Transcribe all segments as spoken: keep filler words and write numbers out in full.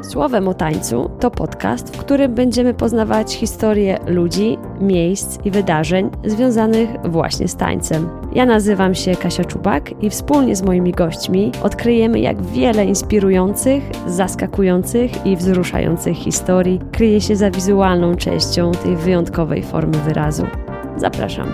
Słowem o tańcu to podcast, w którym będziemy poznawać historię ludzi, miejsc i wydarzeń związanych właśnie z tańcem. Ja nazywam się Kasia Czubak i wspólnie z moimi gośćmi odkryjemy, jak wiele inspirujących, zaskakujących i wzruszających historii kryje się za wizualną częścią tej wyjątkowej formy wyrazu. Zapraszam.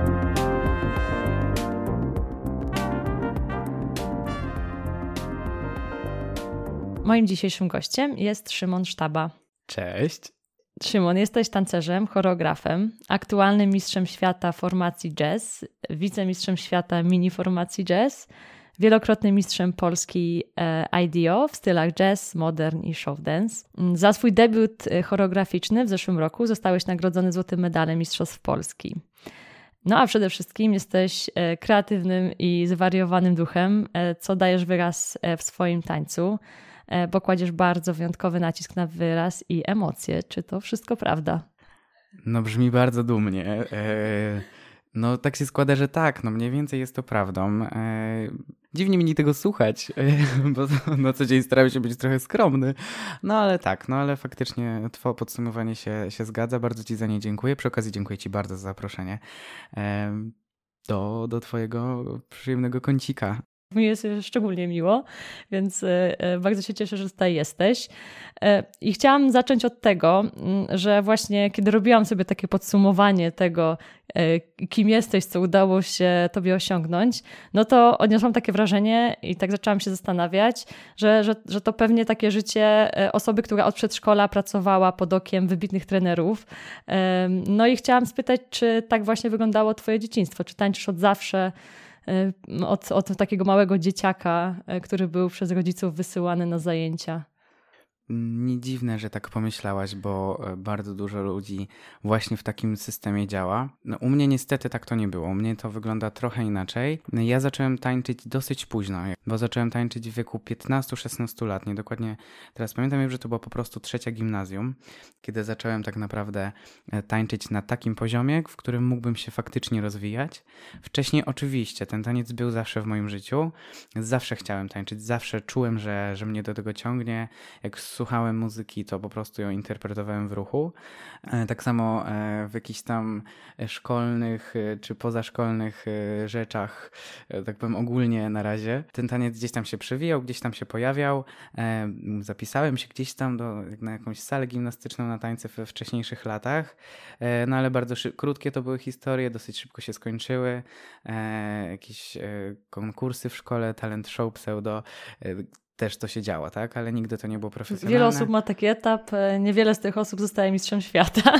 Moim dzisiejszym gościem jest Szymon Sztaba. Cześć. Szymon, jesteś tancerzem, choreografem, aktualnym mistrzem świata formacji jazz, wicemistrzem świata mini formacji jazz, wielokrotnym mistrzem Polski I D O w stylach jazz, modern i show dance. Za swój debiut choreograficzny w zeszłym roku zostałeś nagrodzony złotym medalem Mistrzostw Polski. No a przede wszystkim jesteś kreatywnym i zwariowanym duchem, co dajesz wyraz w swoim tańcu, bo kładziesz bardzo wyjątkowy nacisk na wyraz i emocje. Czy to wszystko prawda? No brzmi bardzo dumnie. No tak się składa, że tak, no mniej więcej jest to prawdą. Dziwnie mi nie tego słuchać, bo na co dzień staram się być trochę skromny. No ale tak, no ale faktycznie twoje podsumowanie się, się zgadza. Bardzo ci za nie dziękuję. Przy okazji dziękuję ci bardzo za zaproszenie do, do twojego przyjemnego kącika. Mi jest szczególnie miło, więc bardzo się cieszę, że tutaj jesteś. I chciałam zacząć od tego, że właśnie kiedy robiłam sobie takie podsumowanie tego, kim jesteś, co udało się tobie osiągnąć, no to odniosłam takie wrażenie i tak zaczęłam się zastanawiać, że, że, że to pewnie takie życie osoby, która od przedszkola pracowała pod okiem wybitnych trenerów. No i chciałam spytać, czy tak właśnie wyglądało twoje dzieciństwo? Czy tańczysz od zawsze? Od, od takiego małego dzieciaka, który był przez rodziców wysyłany na zajęcia. Nie dziwne, że tak pomyślałaś, bo bardzo dużo ludzi właśnie w takim systemie działa. No, u mnie niestety tak to nie było. U mnie to wygląda trochę inaczej. Ja zacząłem tańczyć dosyć późno, bo zacząłem tańczyć w wieku piętnastu szesnastu lat. Nie dokładnie teraz pamiętam, że to była po prostu trzecia gimnazjum, kiedy zacząłem tak naprawdę tańczyć na takim poziomie, w którym mógłbym się faktycznie rozwijać. Wcześniej oczywiście ten taniec był zawsze w moim życiu. Zawsze chciałem tańczyć, zawsze czułem, że, że mnie do tego ciągnie. Jak słuchałem muzyki, to po prostu ją interpretowałem w ruchu. Tak samo w jakichś tam szkolnych czy pozaszkolnych rzeczach, tak powiem ogólnie na razie, ten taniec gdzieś tam się przewijał, gdzieś tam się pojawiał. Zapisałem się gdzieś tam do, na jakąś salę gimnastyczną na tańce we wcześniejszych latach, no ale bardzo szyb- krótkie to były historie, dosyć szybko się skończyły. Jakieś konkursy w szkole, talent show, pseudo, też to się działo, tak? Ale nigdy to nie było profesjonalne. Wiele osób ma taki etap, niewiele z tych osób zostaje mistrzem świata.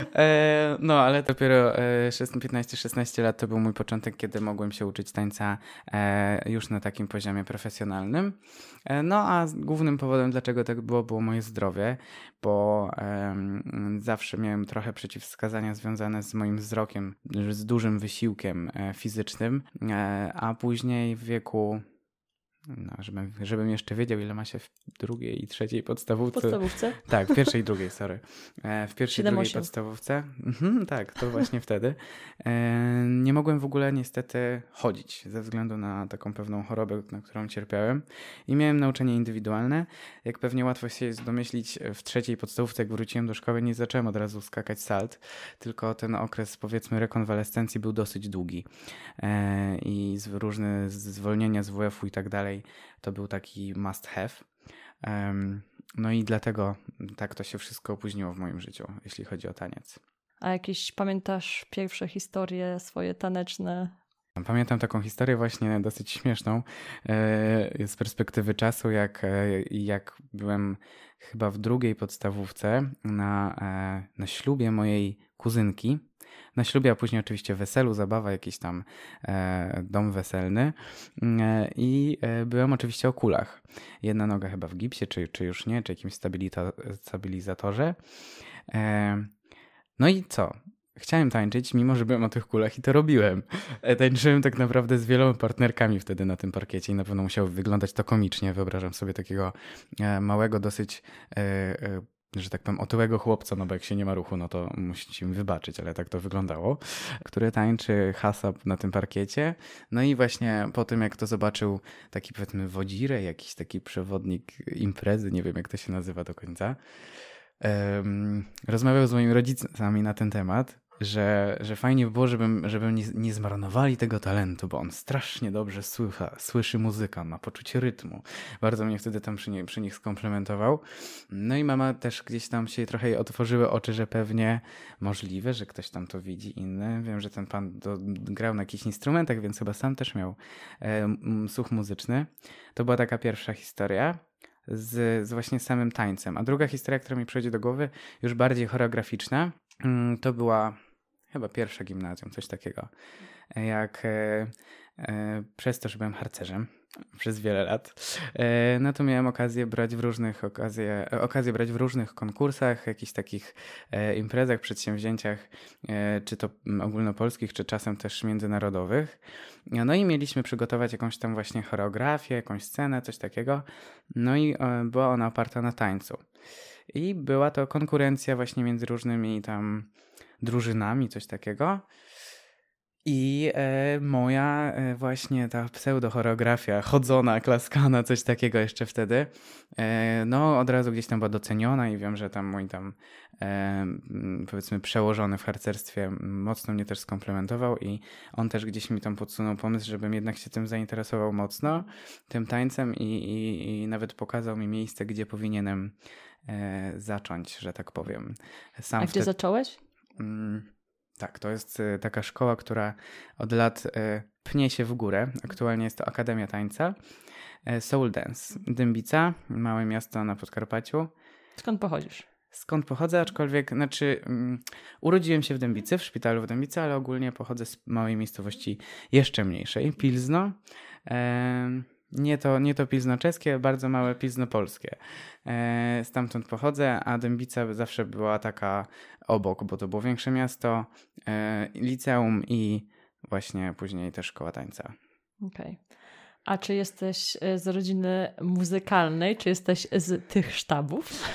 E, no, ale dopiero e, piętnaście szesnaście lat to był mój początek, kiedy mogłem się uczyć tańca e, już na takim poziomie profesjonalnym. E, no, a głównym powodem, dlaczego tak było, było moje zdrowie, bo e, zawsze miałem trochę przeciwwskazania związane z moim wzrokiem, z dużym wysiłkiem e, fizycznym, e, a później w wieku No, żebym, żebym jeszcze wiedział, ile ma się w drugiej i trzeciej podstawówce. Podstawówce? Tak, w pierwszej i drugiej, sorry. E, w pierwszej i drugiej osiem. podstawówce. Mhm, tak, to właśnie wtedy. E, nie mogłem w ogóle niestety chodzić ze względu na taką pewną chorobę, na którą cierpiałem. I miałem nauczanie indywidualne. Jak pewnie łatwo się jest domyślić, w trzeciej podstawówce, jak wróciłem do szkoły, nie zacząłem od razu skakać salt, tylko ten okres, powiedzmy, rekonwalescencji był dosyć długi. E, I z, różne zwolnienia z W F-u i tak dalej, to był taki must have. Um, no i dlatego tak to się wszystko opóźniło w moim życiu, jeśli chodzi o taniec. A jakieś pamiętasz pierwsze historie swoje taneczne? Pamiętam taką historię właśnie dosyć śmieszną e, z perspektywy czasu, jak, e, jak byłem chyba w drugiej podstawówce na, e, na ślubie mojej kuzynki. Na ślubie, a później oczywiście weselu, zabawa, jakiś tam e, dom weselny e, i e, byłem oczywiście o kulach. Jedna noga chyba w gipsie, czy, czy już nie, czy jakimś stabilito- stabilizatorze. E, no i co? Chciałem tańczyć, mimo że byłem o tych kulach i to robiłem. E, tańczyłem tak naprawdę z wieloma partnerkami wtedy na tym parkiecie i na pewno musiało wyglądać to komicznie. Wyobrażam sobie takiego e, małego, dosyć e, e, że tak powiem, otyłego chłopca, no bo jak się nie ma ruchu, no to musicie mi wybaczyć, ale tak to wyglądało, który tańczy hasap na tym parkiecie. No i właśnie po tym, jak to zobaczył taki, powiedzmy, wodzirę, jakiś taki przewodnik imprezy, nie wiem jak to się nazywa do końca, um, rozmawiał z moimi rodzicami na ten temat, że, że fajnie by było, żebym, żebym nie, nie zmarnowali tego talentu, bo on strasznie dobrze słycha, słyszy muzykę, ma poczucie rytmu. Bardzo mnie wtedy tam przy, nie, przy nich skomplementował. No i mama też gdzieś tam się trochę jej otworzyły oczy, że pewnie możliwe, że ktoś tam to widzi inny. Wiem, że ten pan do, grał na jakichś instrumentach, więc chyba sam też miał e, słuch muzyczny. To była taka pierwsza historia. Z, z właśnie samym tańcem. A druga historia, która mi przychodzi do głowy, już bardziej choreograficzna, to była chyba pierwsza gimnazjum, coś takiego. Jak e, e, przez to, że byłem harcerzem przez wiele lat, e, no to miałem okazję brać w różnych okazje, okazję brać w różnych konkursach, jakichś takich e, imprezach, przedsięwzięciach, e, czy to ogólnopolskich, czy czasem też międzynarodowych. No i mieliśmy przygotować jakąś tam właśnie choreografię, jakąś scenę, coś takiego. No i e, była ona oparta na tańcu. I była to konkurencja właśnie między różnymi tam drużynami, coś takiego. I e, moja e, właśnie ta pseudo-choreografia, chodzona, klaskana, coś takiego jeszcze wtedy, e, no od razu gdzieś tam była doceniona i wiem, że tam mój tam e, powiedzmy przełożony w harcerstwie mocno mnie też skomplementował i on też gdzieś mi tam podsunął pomysł, żebym jednak się tym zainteresował mocno, tym tańcem i, i, i nawet pokazał mi miejsce, gdzie powinienem e, zacząć, że tak powiem. Sam A gdzie wtedy... zacząłeś? Mm, tak, to jest y, taka szkoła, która od lat y, pnie się w górę. Aktualnie jest to Akademia Tańca. Y, Soul Dance. Dębica, małe miasto na Podkarpaciu. Skąd pochodzisz? Skąd pochodzę, aczkolwiek, znaczy um, urodziłem się w Dębicy, w szpitalu w Dębicy, ale ogólnie pochodzę z małej miejscowości jeszcze mniejszej, Pilzno. E, nie to, nie to Pilzno czeskie, bardzo małe Pilzno polskie. E, stamtąd pochodzę, a Dębica zawsze była taka obok, bo to było większe miasto, e, liceum i właśnie później też szkoła tańca. Okej. Okay. A czy jesteś z rodziny muzykalnej, czy jesteś z tych sztabów?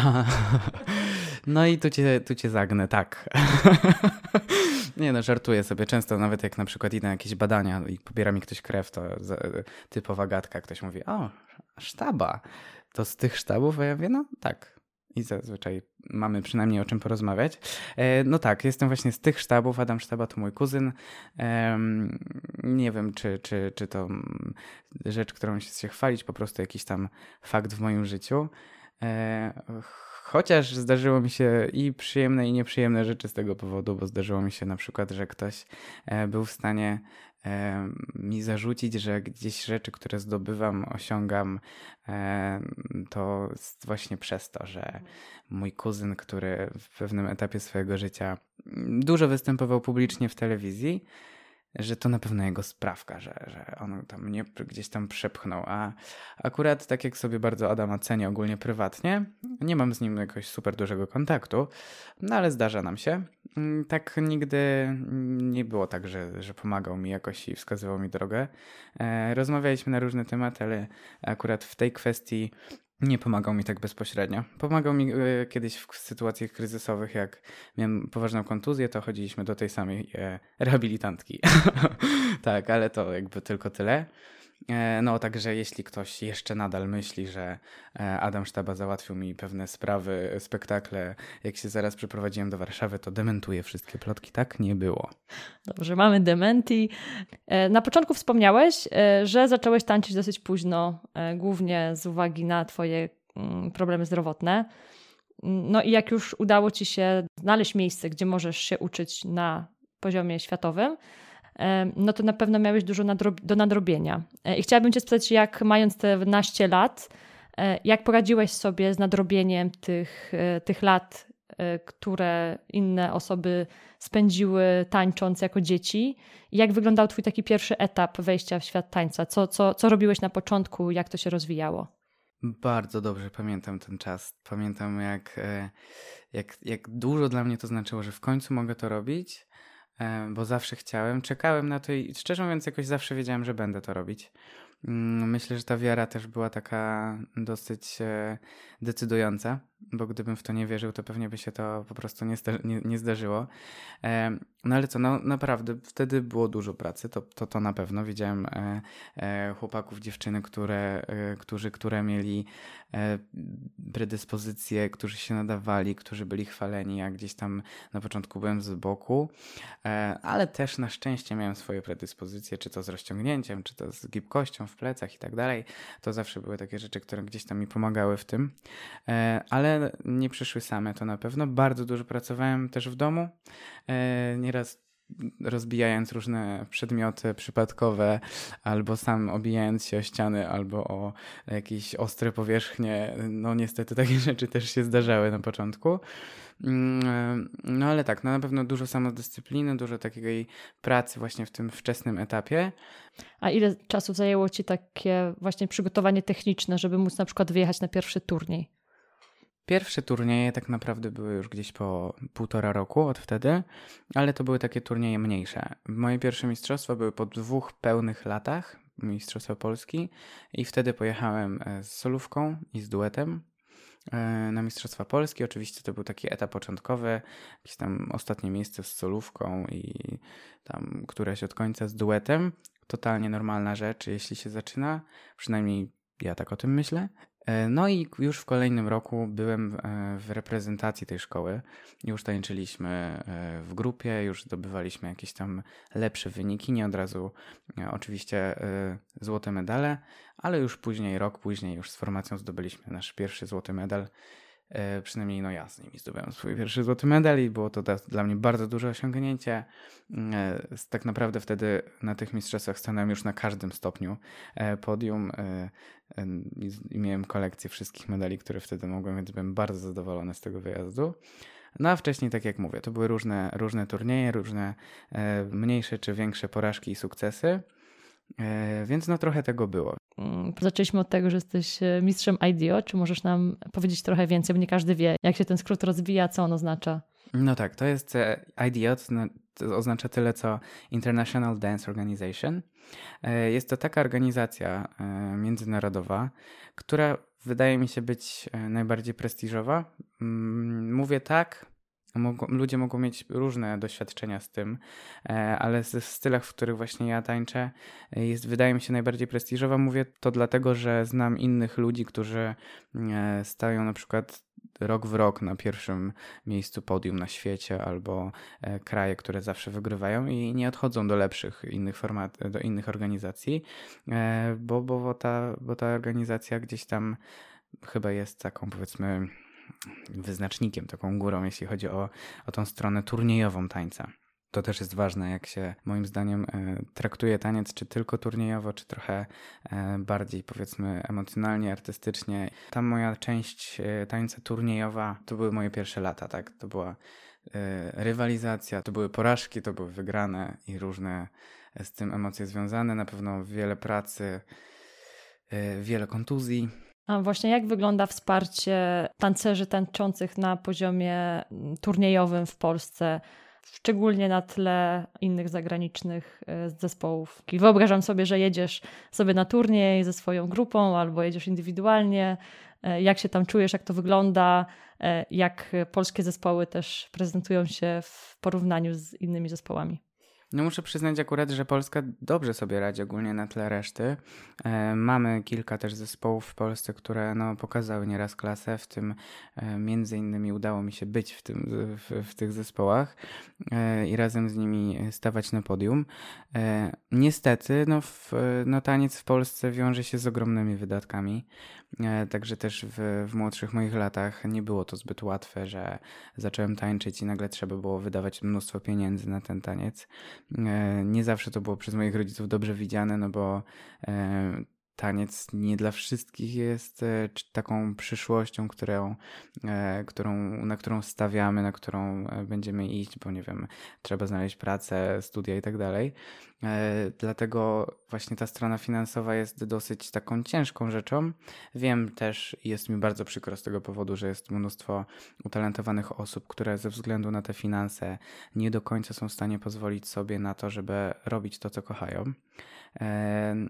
No i tu cię, tu cię zagnę, tak. Nie no, żartuję sobie. Często nawet jak na przykład idę na jakieś badania i pobiera mi ktoś krew, to typowa gadka, ktoś mówi, o, sztaba, to z tych sztabów? A ja mówię, no tak. I zazwyczaj mamy przynajmniej o czym porozmawiać. E, no tak, jestem właśnie z tych sztabów. Adam Sztaba to mój kuzyn. E, nie wiem, czy, czy, czy to rzecz, którą się, się chwalić, po prostu jakiś tam fakt w moim życiu. E, chociaż zdarzyło mi się i przyjemne, i nieprzyjemne rzeczy z tego powodu, bo zdarzyło mi się na przykład, że ktoś e, był w stanie e, mi zarzucić, że gdzieś rzeczy, które zdobywam, osiągam, e, to właśnie przez to, że mój kuzyn, który w pewnym etapie swojego życia dużo występował publicznie w telewizji, że to na pewno jego sprawka, że, że on tam mnie gdzieś tam przepchnął, a akurat tak jak sobie bardzo Adama cenię ogólnie prywatnie, nie mam z nim jakoś super dużego kontaktu, no ale zdarza nam się. Tak nigdy nie było tak, że, że pomagał mi jakoś i wskazywał mi drogę. Rozmawialiśmy na różne tematy, ale akurat w tej kwestii nie pomagał mi tak bezpośrednio. Pomagał mi y, kiedyś w sytuacjach kryzysowych, jak miałem poważną kontuzję, to chodziliśmy do tej samej e, rehabilitantki. Tak, ale to jakby tylko tyle. E, no także jeśli ktoś jeszcze nadal myśli, że e, Adam Sztaba załatwił mi pewne sprawy, spektakle, jak się zaraz przyprowadziłem do Warszawy, to dementuję wszystkie plotki. Tak nie było. Dobrze, mamy dementi. Na początku wspomniałeś, że zacząłeś tańczyć dosyć późno, głównie z uwagi na twoje problemy zdrowotne. No i jak już udało ci się znaleźć miejsce, gdzie możesz się uczyć na poziomie światowym, no to na pewno miałeś dużo nadrob- do nadrobienia. I chciałabym cię spytać, jak mając te naście lat, jak poradziłeś sobie z nadrobieniem tych, tych lat, które inne osoby spędziły tańcząc jako dzieci? Jak wyglądał twój taki pierwszy etap wejścia w świat tańca? Co, co, co robiłeś na początku? Jak to się rozwijało? Bardzo dobrze pamiętam ten czas. Pamiętam jak, jak, jak dużo dla mnie to znaczyło, że w końcu mogę to robić, bo zawsze chciałem, czekałem na to i szczerze mówiąc jakoś zawsze wiedziałem, że będę to robić. Myślę, że ta wiara też była taka dosyć decydująca, bo gdybym w to nie wierzył, to pewnie by się to po prostu nie, sta- nie, nie zdarzyło. No ale co, no naprawdę wtedy było dużo pracy, to to, to na pewno. Widziałem e, e, chłopaków, dziewczyny, które, e, którzy, które mieli e, predyspozycje, którzy się nadawali, którzy byli chwaleni. Ja gdzieś tam na początku byłem z boku, e, ale też na szczęście miałem swoje predyspozycje, czy to z rozciągnięciem, czy to z gibkością w plecach i tak dalej. To zawsze były takie rzeczy, które gdzieś tam mi pomagały w tym, e, ale nie przyszły same, to na pewno. Bardzo dużo pracowałem też w domu. E, nieraz rozbijając różne przedmioty przypadkowe, albo sam obijając się o ściany, albo o jakieś ostre powierzchnie. No niestety takie rzeczy też się zdarzały na początku. No ale tak, no na pewno dużo samodyscypliny, dużo takiej pracy właśnie w tym wczesnym etapie. A ile czasu zajęło ci takie właśnie przygotowanie techniczne, żeby móc na przykład wyjechać na pierwszy turniej? Pierwsze turnieje tak naprawdę były już gdzieś po półtora roku od wtedy, ale to były takie turnieje mniejsze. Moje pierwsze mistrzostwa były po dwóch pełnych latach, Mistrzostwa Polski, i wtedy pojechałem z solówką i z duetem na Mistrzostwa Polski. Oczywiście to był taki etap początkowy, jakieś tam ostatnie miejsce z solówką i tam któreś od końca z duetem. Totalnie normalna rzecz, jeśli się zaczyna, przynajmniej ja tak o tym myślę. No i już w kolejnym roku byłem w reprezentacji tej szkoły. Już tańczyliśmy w grupie, już zdobywaliśmy jakieś tam lepsze wyniki. Nie od razu oczywiście złote medale, ale już później, rok później już z formacją zdobyliśmy nasz pierwszy złoty medal. Przynajmniej no ja z nimi zdobyłem swój pierwszy złoty medal i było to dla mnie bardzo duże osiągnięcie. Tak naprawdę wtedy na tych mistrzostwach stanąłem już na każdym stopniu podium i miałem kolekcję wszystkich medali, które wtedy mogłem, więc byłem bardzo zadowolony z tego wyjazdu. No a wcześniej, tak jak mówię, to były różne, różne turnieje, różne mniejsze czy większe porażki i sukcesy, więc no trochę tego było. Zaczęliśmy od tego, że jesteś mistrzem I D O. Czy możesz nam powiedzieć trochę więcej, bo nie każdy wie, jak się ten skrót rozwija, co on oznacza? No tak, to jest I D O, to oznacza tyle co International Dance Organization. Jest to taka organizacja międzynarodowa, która wydaje mi się być najbardziej prestiżowa. Mówię tak, Mogą, ludzie mogą mieć różne doświadczenia z tym, ale w stylach, w których właśnie ja tańczę, jest, wydaje mi się, najbardziej prestiżowa. Mówię to dlatego, że znam innych ludzi, którzy stają na przykład rok w rok na pierwszym miejscu podium na świecie, albo kraje, które zawsze wygrywają i nie odchodzą do lepszych innych format, do innych organizacji, bo, bo, ta, bo ta organizacja gdzieś tam chyba jest taką, powiedzmy, wyznacznikiem, taką górą, jeśli chodzi o, o tą stronę turniejową tańca. To też jest ważne, jak się moim zdaniem e, traktuje taniec, czy tylko turniejowo, czy trochę e, bardziej, powiedzmy, emocjonalnie, artystycznie. Ta moja część e, tańca turniejowa to były moje pierwsze lata, tak? To była e, rywalizacja, to były porażki, to były wygrane i różne z tym emocje związane. Na pewno wiele pracy, e, wiele kontuzji. A właśnie jak wygląda wsparcie tancerzy tańczących na poziomie turniejowym w Polsce, szczególnie na tle innych zagranicznych zespołów? Wyobrażam sobie, że jedziesz sobie na turniej ze swoją grupą albo jedziesz indywidualnie. Jak się tam czujesz, jak to wygląda, jak polskie zespoły też prezentują się w porównaniu z innymi zespołami? No muszę przyznać akurat, że Polska dobrze sobie radzi ogólnie na tle reszty. E, mamy kilka też zespołów w Polsce, które no, pokazały nieraz klasę, w tym e, między innymi udało mi się być w, tym, w, w tych zespołach e, i razem z nimi stawać na podium. E, niestety no, w, no, taniec w Polsce wiąże się z ogromnymi wydatkami, e, także też w, w młodszych moich latach nie było to zbyt łatwe, że zacząłem tańczyć i nagle trzeba było wydawać mnóstwo pieniędzy na ten taniec. Nie zawsze to było przez moich rodziców dobrze widziane, no bo e, taniec nie dla wszystkich jest e, taką przyszłością, którą, e, którą, na którą stawiamy, na którą będziemy iść, bo nie wiem, trzeba znaleźć pracę, studia i tak dalej. Dlatego właśnie ta strona finansowa jest dosyć taką ciężką rzeczą. Wiem też, jest mi bardzo przykro z tego powodu, że jest mnóstwo utalentowanych osób, które ze względu na te finanse nie do końca są w stanie pozwolić sobie na to, żeby robić to, co kochają.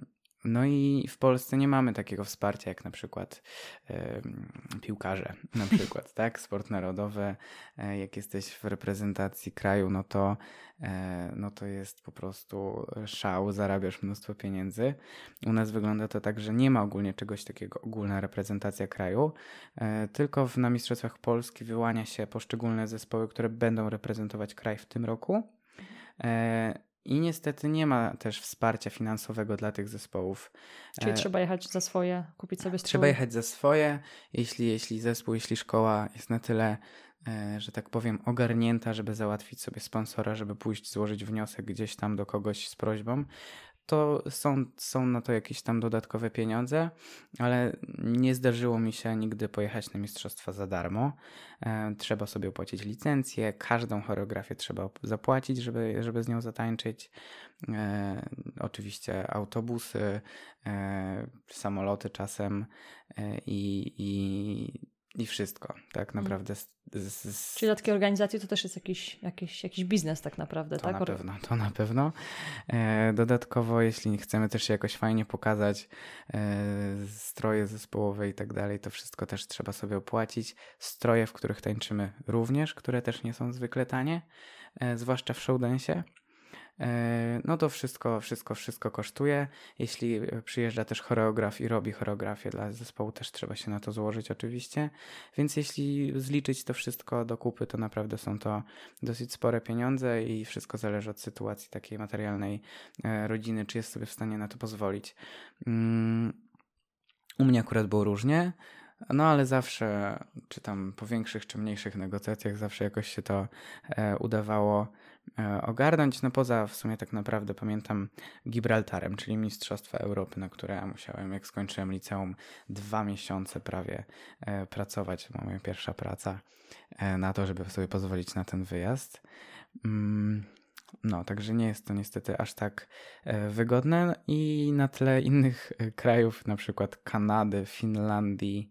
No i w Polsce nie mamy takiego wsparcia jak na przykład e, piłkarze, na przykład, tak? Sport narodowy, e, jak jesteś w reprezentacji kraju, no to, e, no to jest po prostu szał, zarabiasz mnóstwo pieniędzy. U nas wygląda to tak, że nie ma ogólnie czegoś takiego, ogólna reprezentacja kraju, e, tylko w, na Mistrzostwach Polski wyłania się poszczególne zespoły, które będą reprezentować kraj w tym roku. E, I niestety nie ma też wsparcia finansowego dla tych zespołów. Czyli e... trzeba jechać za swoje, kupić sobie strój. Trzeba jechać za swoje, jeśli, jeśli zespół, jeśli szkoła jest na tyle, e, że tak powiem, ogarnięta, żeby załatwić sobie sponsora, żeby pójść złożyć wniosek gdzieś tam do kogoś z prośbą, to są, są na to jakieś tam dodatkowe pieniądze, ale nie zdarzyło mi się nigdy pojechać na mistrzostwa za darmo. E, trzeba sobie opłacić licencję, każdą choreografię trzeba zapłacić, żeby, żeby z nią zatańczyć. E, oczywiście autobusy, e, samoloty czasem e, i, i, i wszystko, tak naprawdę. Z, z, z... Czyli dla takiej organizacji to też jest jakiś, jakiś, jakiś biznes tak naprawdę, to tak? Na pewno, to na pewno. E, dodatkowo, jeśli chcemy też się jakoś fajnie pokazać, e, stroje zespołowe i tak dalej, to wszystko też trzeba sobie opłacić. Stroje, w których tańczymy również, które też nie są zwykle tanie, e, zwłaszcza w showdance'ie. No to wszystko, wszystko, wszystko kosztuje. Jeśli przyjeżdża też choreograf i robi choreografię dla zespołu, też trzeba się na to złożyć oczywiście. Więc jeśli zliczyć to wszystko do kupy, to naprawdę są to dosyć spore pieniądze i wszystko zależy od sytuacji takiej materialnej rodziny, czy jest sobie w stanie na to pozwolić. U mnie akurat było różnie. No ale zawsze, czy tam po większych czy mniejszych negocjacjach, zawsze jakoś się to e, udawało e, ogarnąć. No poza w sumie tak naprawdę pamiętam Gibraltarem, czyli Mistrzostwa Europy, na które ja musiałem, jak skończyłem liceum, dwa miesiące prawie e, pracować. To była moja pierwsza praca e, na to, żeby sobie pozwolić na ten wyjazd. Mm. No, także nie jest to niestety aż tak e, wygodne i na tle innych e, krajów, na przykład Kanady, Finlandii,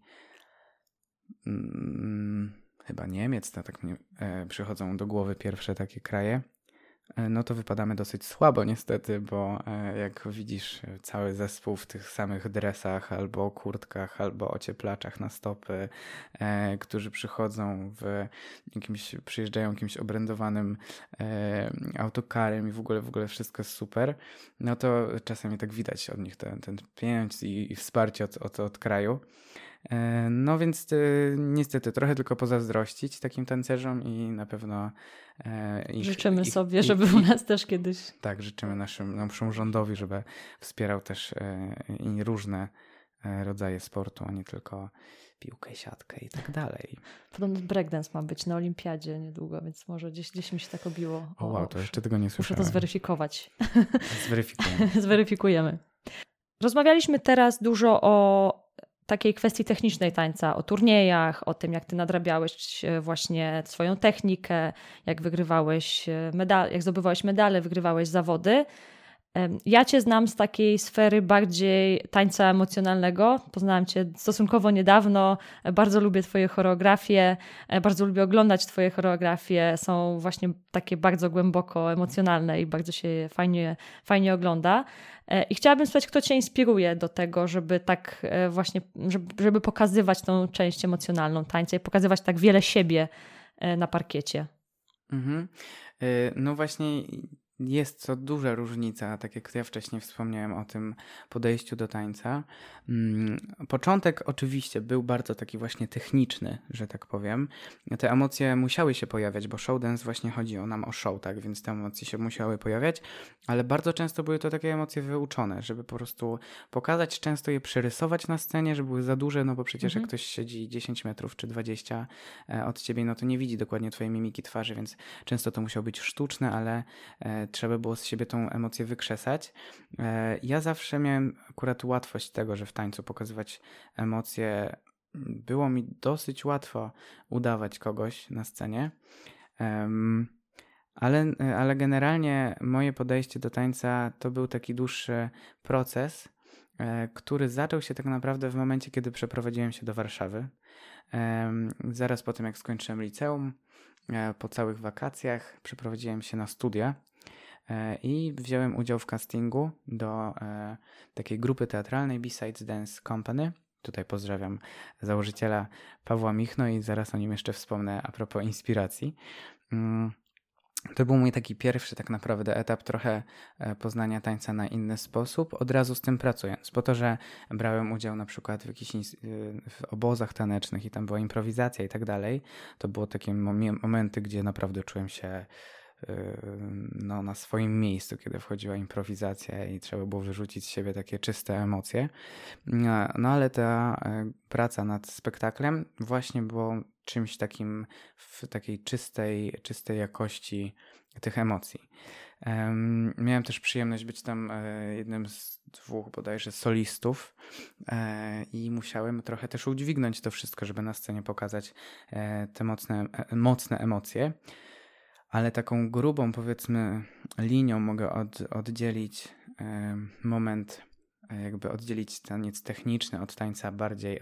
mm, chyba Niemiec, to tak mnie e, przychodzą do głowy pierwsze takie kraje, e, no to wypadamy dosyć słabo niestety, bo e, jak widzisz cały zespół w tych samych dresach albo kurtkach, albo ocieplaczach na stopy, e, którzy przychodzą w jakimś, przyjeżdżają jakimś obrędowanym e, autokarem i w ogóle, w ogóle wszystko jest super, no to czasami tak widać od nich ten, ten pieniądz i, i wsparcie od, od, od kraju. No więc y, niestety trochę tylko pozazdrościć takim tancerzom i na pewno e, ich, życzymy ich, sobie, ich, żeby ich, u nas też kiedyś. Tak, życzymy naszym, naszemu rządowi, żeby wspierał też e, i różne e, rodzaje sportu, a nie tylko piłkę, siatkę i tak dalej. Podobno breakdance ma być na olimpiadzie niedługo, więc może gdzieś, gdzieś mi się tak obiło. O, o wow, to jeszcze tego nie słyszałem. Muszę to zweryfikować. Zweryfikujemy. Zweryfikujemy. Rozmawialiśmy teraz dużo o takiej kwestii technicznej tańca, o turniejach, o tym, jak ty nadrabiałeś właśnie swoją technikę, jak wygrywałeś medale, jak zdobywałeś medale, wygrywałeś zawody. Ja cię znam z takiej sfery bardziej tańca emocjonalnego. Poznałam cię stosunkowo niedawno. Bardzo lubię twoje choreografie, bardzo lubię oglądać twoje choreografie. Są właśnie takie bardzo głęboko emocjonalne i bardzo się je fajnie, fajnie ogląda. I chciałabym spytać, kto cię inspiruje do tego, żeby tak właśnie, żeby, żeby pokazywać tą część emocjonalną tańca i pokazywać tak wiele siebie na parkiecie. Mhm. No właśnie jest to duża różnica, tak jak ja wcześniej wspomniałem o tym podejściu do tańca. Początek oczywiście był bardzo taki właśnie techniczny, że tak powiem. Te emocje musiały się pojawiać, bo showdance właśnie chodziło nam o show, tak, więc te emocje się musiały pojawiać, ale bardzo często były to takie emocje wyuczone, żeby po prostu pokazać, często je przerysować na scenie, żeby były za duże, no bo przecież mhm. jak ktoś siedzi dziesięć metrów czy dwadzieścia od ciebie, no to nie widzi dokładnie twojej mimiki twarzy, więc często to musiało być sztuczne, ale trzeba było z siebie tą emocję wykrzesać. Ja zawsze miałem akurat łatwość tego, że w tańcu pokazywać emocje. Było mi dosyć łatwo udawać kogoś na scenie, ale, ale generalnie moje podejście do tańca to był taki dłuższy proces, który zaczął się tak naprawdę w momencie, kiedy przeprowadziłem się do Warszawy. Zaraz po tym, jak skończyłem liceum, po całych wakacjach przeprowadziłem się na studia i wziąłem udział w castingu do takiej grupy teatralnej Besides Dance Company. Tutaj pozdrawiam założyciela Pawła Michno i zaraz o nim jeszcze wspomnę a propos inspiracji. To był mój taki pierwszy tak naprawdę etap trochę poznania tańca na inny sposób, od razu z tym pracując, po to, że brałem udział na przykład w jakichś w obozach tanecznych i tam była improwizacja i tak dalej. To było takie momenty, gdzie naprawdę czułem się no, na swoim miejscu, kiedy wchodziła improwizacja i trzeba było wyrzucić z siebie takie czyste emocje. No ale ta praca nad spektaklem właśnie było czymś takim w takiej czystej, czystej jakości tych emocji. Um, miałem też przyjemność być tam e, jednym z dwóch bodajże solistów e, i musiałem trochę też udźwignąć to wszystko, żeby na scenie pokazać e, te mocne, e, mocne emocje. Ale taką grubą, powiedzmy, linią mogę od, oddzielić e, moment, e, jakby oddzielić taniec techniczny od tańca bardziej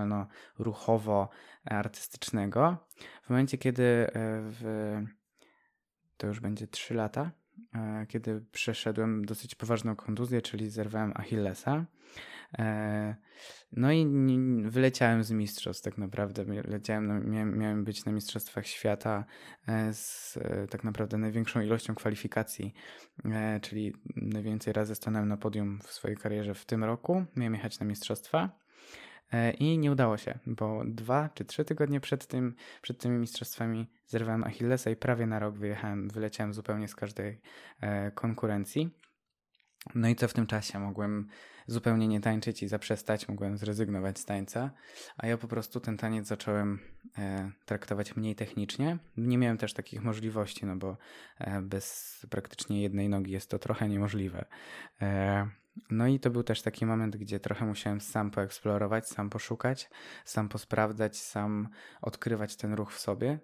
emocjonalno-ruchowo-artystycznego. W momencie, kiedy e, w, to już będzie trzy lata, e, kiedy przeszedłem dosyć poważną kontuzję, czyli zerwałem Achillesa. E, no i wyleciałem z mistrzostw tak naprawdę. Leciałem na, miałem, miałem być na mistrzostwach świata z tak naprawdę największą ilością kwalifikacji, czyli najwięcej razy stanąłem na podium w swojej karierze w tym roku. Miałem jechać na mistrzostwa i nie udało się, bo dwa czy trzy tygodnie przed tym, przed tymi mistrzostwami zerwałem Achillesa i prawie na rok wyjechałem, wyleciałem zupełnie z każdej konkurencji. No i co w tym czasie? Mogłem zupełnie nie tańczyć i zaprzestać, mogłem zrezygnować z tańca, a ja po prostu ten taniec zacząłem e, traktować mniej technicznie. Nie miałem też takich możliwości, no bo e, bez praktycznie jednej nogi jest to trochę niemożliwe. E, no i to był też taki moment, gdzie trochę musiałem sam poeksplorować, sam poszukać, sam posprawdzać, sam odkrywać ten ruch w sobie.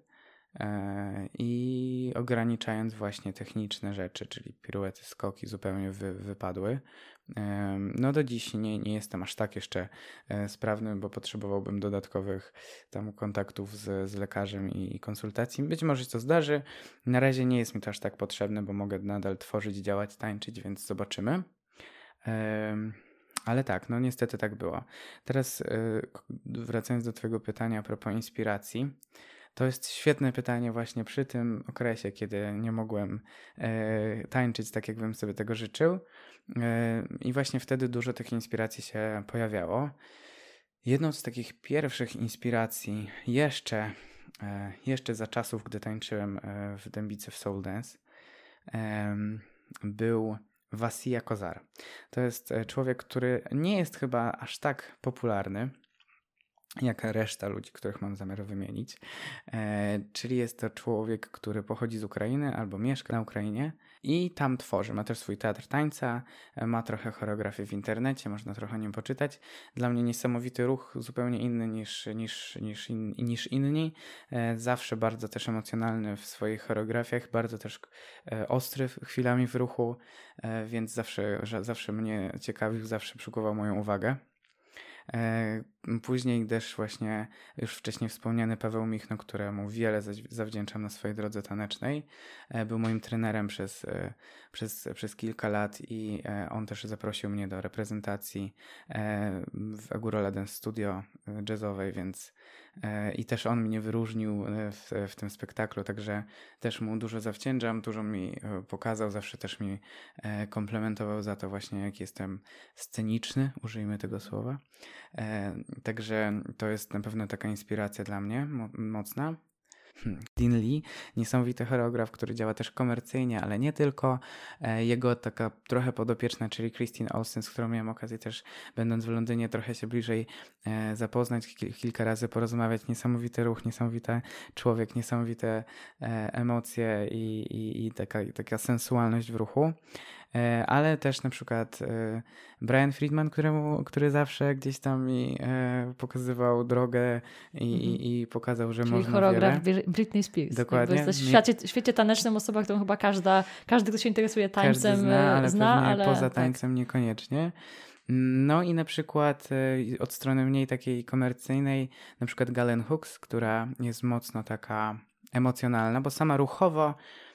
I ograniczając właśnie techniczne rzeczy, czyli piruety, skoki zupełnie wy, wypadły. No do dziś nie, nie jestem aż tak jeszcze sprawny, bo potrzebowałbym dodatkowych tam kontaktów z, z lekarzem i, i konsultacji. Być może się to zdarzy. Na razie nie jest mi to aż tak potrzebne, bo mogę nadal tworzyć, działać, tańczyć, więc zobaczymy. Ale tak, no niestety tak było. Teraz wracając do twojego pytania a propos inspiracji. To jest świetne pytanie właśnie przy tym okresie, kiedy nie mogłem e, tańczyć tak, jakbym sobie tego życzył. E, I właśnie wtedy dużo tych inspiracji się pojawiało. Jedną z takich pierwszych inspiracji jeszcze, e, jeszcze za czasów, gdy tańczyłem e, w Dębicy w Soul Dance, e, był Wasia Kozar. To jest człowiek, który nie jest chyba aż tak popularny, jak reszta ludzi, których mam zamiar wymienić. E, czyli jest to człowiek, który pochodzi z Ukrainy albo mieszka na Ukrainie i tam tworzy. Ma też swój teatr tańca, ma trochę choreografii w internecie, można trochę o nim poczytać. Dla mnie niesamowity ruch, zupełnie inny niż, niż, niż, in, niż inni. E, zawsze bardzo też emocjonalny w swoich choreografiach, bardzo też e, ostry chwilami w ruchu, e, więc zawsze, że, zawsze mnie ciekawił, zawsze przykuwał moją uwagę. Później też właśnie już wcześniej wspomniany Paweł Michno, któremu wiele zawdzięczam na swojej drodze tanecznej, był moim trenerem przez, przez, przez kilka lat i on też zaprosił mnie do reprezentacji w Agurala Dance Studio jazzowej, więc i też on mnie wyróżnił w, w tym spektaklu, także też mu dużo zawdzięczam, dużo mi pokazał, zawsze też mi komplementował za to właśnie, jak jestem sceniczny, użyjmy tego słowa. Także to jest na pewno taka inspiracja dla mnie mo- mocna. Dean Lee, niesamowity choreograf, który działa też komercyjnie, ale nie tylko. Jego taka trochę podopieczna, czyli Christine Austin, z którą miałem okazję też, będąc w Londynie, trochę się bliżej zapoznać, kilka razy porozmawiać. Niesamowity ruch, niesamowity człowiek, niesamowite emocje i, i, i taka, taka sensualność w ruchu. Ale też na przykład Brian Friedman, któremu, który zawsze gdzieś tam mi pokazywał drogę i, mm. i, i pokazał, że Czyli można choreograf wiele. Britney Spears. Dokładnie. Jakby w świecie, świecie tanecznym osoba, którą chyba każda, każdy, kto się interesuje tańcem, każdy zna, ale, zna, ale poza tak. tańcem niekoniecznie. No i na przykład od strony mniej takiej komercyjnej, na przykład Galen Hooks, która jest mocno taka emocjonalna, bo sama ruchowo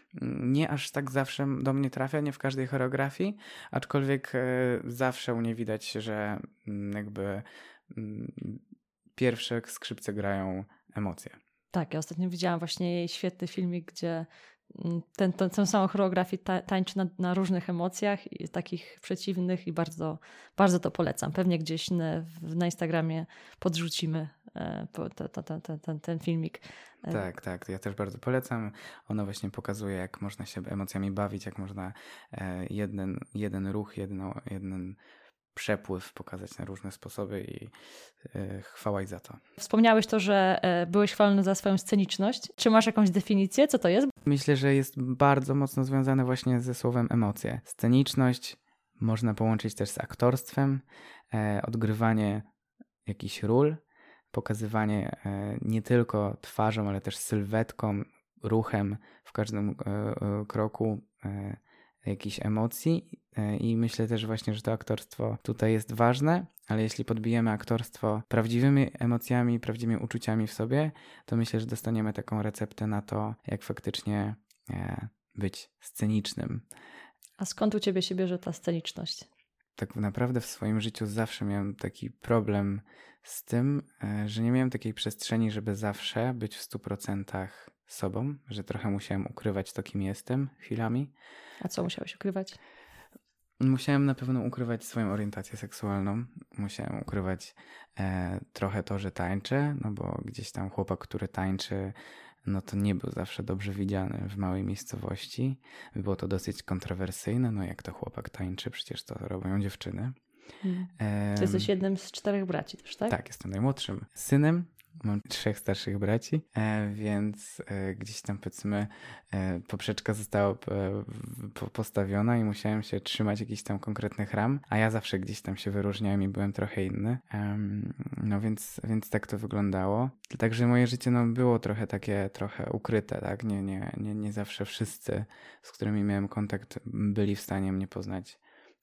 nie aż tak zawsze do mnie trafia, nie w każdej choreografii, aczkolwiek e, zawsze u niej widać, że mm, jakby mm, pierwsze skrzypce grają emocje. Tak, ja ostatnio widziałam właśnie jej świetny filmik, gdzie ten, ten, tę samą choreografię ta, tańczy na, na różnych emocjach, i takich przeciwnych i bardzo, bardzo to polecam. Pewnie gdzieś na, na Instagramie podrzucimy e, po, to, to, to, to, ten, ten filmik. Tak, tak, ja też bardzo polecam. Ona właśnie pokazuje, jak można się emocjami bawić, jak można e, jeden, jeden ruch, jedno, jeden przepływ pokazać na różne sposoby i e, chwała jej za to. Wspomniałeś to, że e, byłeś chwalony za swoją sceniczność. Czy masz jakąś definicję? Co to jest? Myślę, że jest bardzo mocno związane właśnie ze słowem emocje. Sceniczność można połączyć też z aktorstwem, e, odgrywanie jakichś ról, pokazywanie e, nie tylko twarzą, ale też sylwetką, ruchem w każdym e, e, kroku e, jakichś emocji e, i myślę też właśnie, że to aktorstwo tutaj jest ważne, ale jeśli podbijemy aktorstwo prawdziwymi emocjami, prawdziwymi uczuciami w sobie, to myślę, że dostaniemy taką receptę na to, jak faktycznie e, być scenicznym. A skąd u ciebie się bierze ta sceniczność? Tak naprawdę w swoim życiu zawsze miałem taki problem z tym, że nie miałem takiej przestrzeni, żeby zawsze być w stu procentach sobą, że trochę musiałem ukrywać to, kim jestem chwilami. A co musiałeś ukrywać? Musiałem na pewno ukrywać swoją orientację seksualną. Musiałem ukrywać e, trochę to, że tańczę, no bo gdzieś tam chłopak, który tańczy, no to nie był zawsze dobrze widziany w małej miejscowości. Było to dosyć kontrowersyjne, no jak to chłopak tańczy, przecież to robią dziewczyny. Hmm. Ty jesteś jednym z czterech braci też, tak? Tak, jestem najmłodszym synem. Mam trzech starszych braci, e, więc e, gdzieś tam powiedzmy e, poprzeczka została e, po, postawiona i musiałem się trzymać jakichś tam konkretnych ram, a ja zawsze gdzieś tam się wyróżniałem i byłem trochę inny. E, no więc, więc tak to wyglądało. Także moje życie no, było trochę takie, trochę ukryte, tak? Nie, nie, nie, nie zawsze wszyscy, z którymi miałem kontakt, byli w stanie mnie poznać.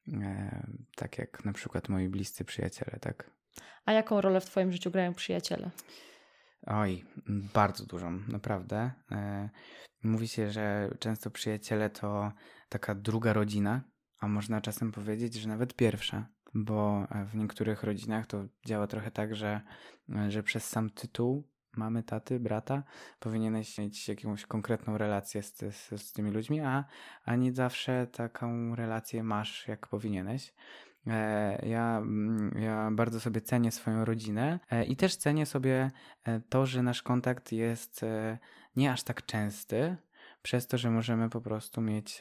E, tak jak na przykład moi bliscy przyjaciele, tak? A jaką rolę w twoim życiu grają przyjaciele? Oj, bardzo dużą, naprawdę. E, mówi się, że często przyjaciele to taka druga rodzina, a można czasem powiedzieć, że nawet pierwsza, bo w niektórych rodzinach to działa trochę tak, że, że przez sam tytuł mamy, taty, brata, powinieneś mieć jakąś konkretną relację z, z, z tymi ludźmi, a, a nie zawsze taką relację masz, jak powinieneś. Ja, ja bardzo sobie cenię swoją rodzinę i też cenię sobie to, że nasz kontakt jest nie aż tak częsty, przez to, że możemy po prostu mieć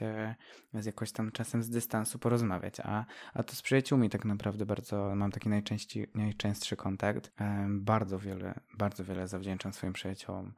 z jakoś tam czasem z dystansu porozmawiać, a, a to z przyjaciółmi tak naprawdę bardzo mam taki najczęściej, najczęstszy kontakt. Bardzo wiele, bardzo wiele zawdzięczam swoim przyjaciołom